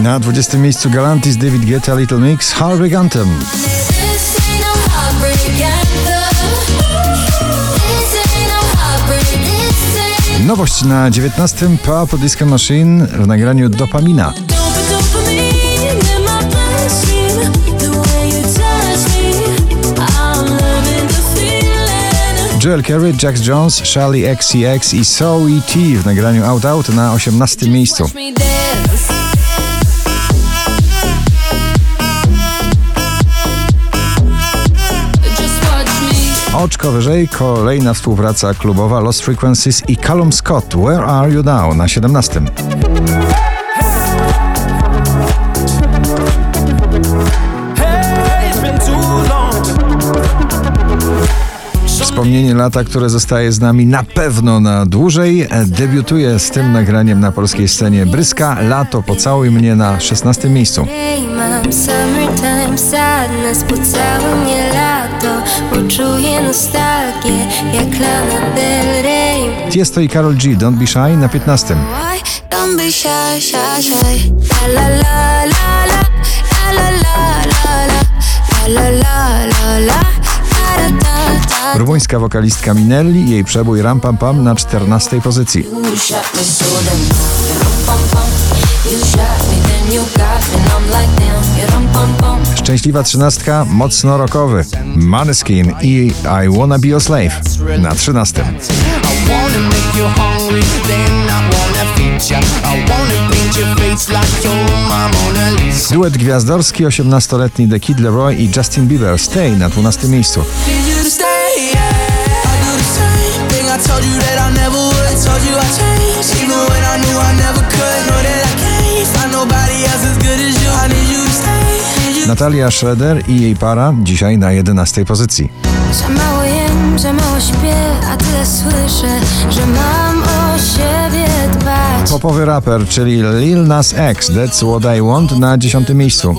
Na 20. miejscu Galantis, David Guetta, Little Mix, Heartbreak Anthem. Nowość na 19. Purple Disco Machine w nagraniu Dopamina. Joel Corry, Jax Jones, Charli XCX i So E.T. w nagraniu Out Out na 18. miejscu. Oczko wyżej kolejna współpraca klubowa Lost Frequencies i Callum Scott, Where Are You Now na 17. Wspomnienie lata, które zostaje z nami na pewno na dłużej. Debiutuje z tym nagraniem na polskiej scenie Bryska, Lato, Pocałuj mnie na 16. miejscu. Mam summertime sadness, pocałuj mnie lato, poczuję nostalgię jak Lana Del Rey. Tiesto i Karol G, Don't Be Shy na 15. Don't be shy, shy, shy. La la la la la, la la la la, la la la la. Rumuńska wokalistka Minelli, jej przebój Ram Pam Pam na 14. pozycji. Szczęśliwa 13, mocno rockowy Måneskin i I Wanna Be Your Slave na 13. Duet gwiazdorski 18-letni The Kid Laroi i Justin Bieber, Stay na 12. miejscu. Natalia Schroeder i jej para dzisiaj na 11. pozycji. Za mało jem, za mało śpię, a tyle słyszę, że mam o siebie dbać. Popowy raper, czyli Lil Nas X, That's What I Want na 10. miejscu.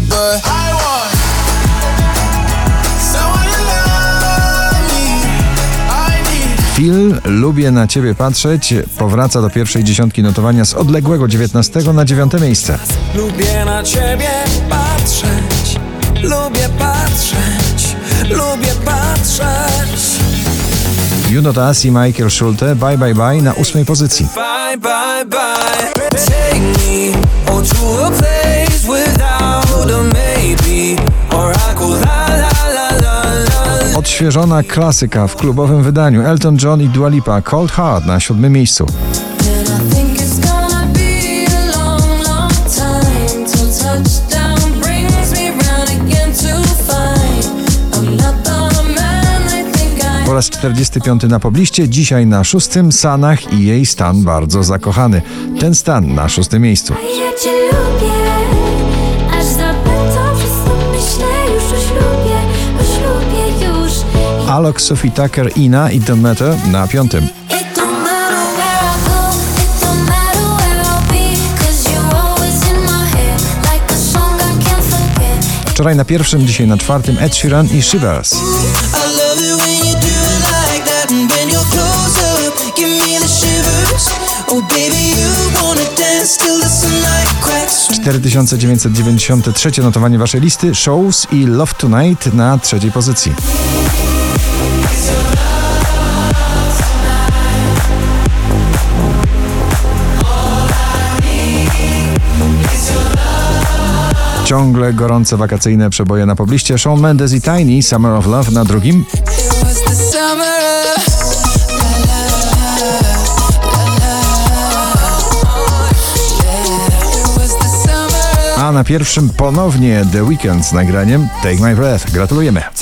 Phil, Lubię na ciebie patrzeć, powraca do pierwszej dziesiątki notowania z odległego 19 na 9. miejsce. Lubię na ciebie patrzeć, lubię patrzeć, lubię patrzeć. Juno Taas i Michael Schulte, Bye Bye Bye na 8. pozycji. Bye, bye, bye. Take me to a place without a maybe, or I go la la la la la. Odświeżona klasyka w klubowym wydaniu Elton John i Dua Lipa, Cold Heart na 7. miejscu. Po raz 45 na pobliście, dzisiaj na 6. Sanach i jej Stan bardzo zakochany. Ten Stan na 6. miejscu. Ja cię lubię, aż zapytam, wszystko myślę, już lubię już. Alok, Sophie Tucker, Ina i Don't Matter na 5. Wczoraj na 1, dzisiaj na 4 Ed Sheeran i Shivers. 4993 notowanie waszej listy, Shows i Love Tonight na 3. pozycji. Ciągle gorące wakacyjne przeboje na pobliście, Shawn Mendes i Tiny, Summer of Love na 2. A na 1 ponownie The Weeknd z nagraniem Take My Breath. Gratulujemy.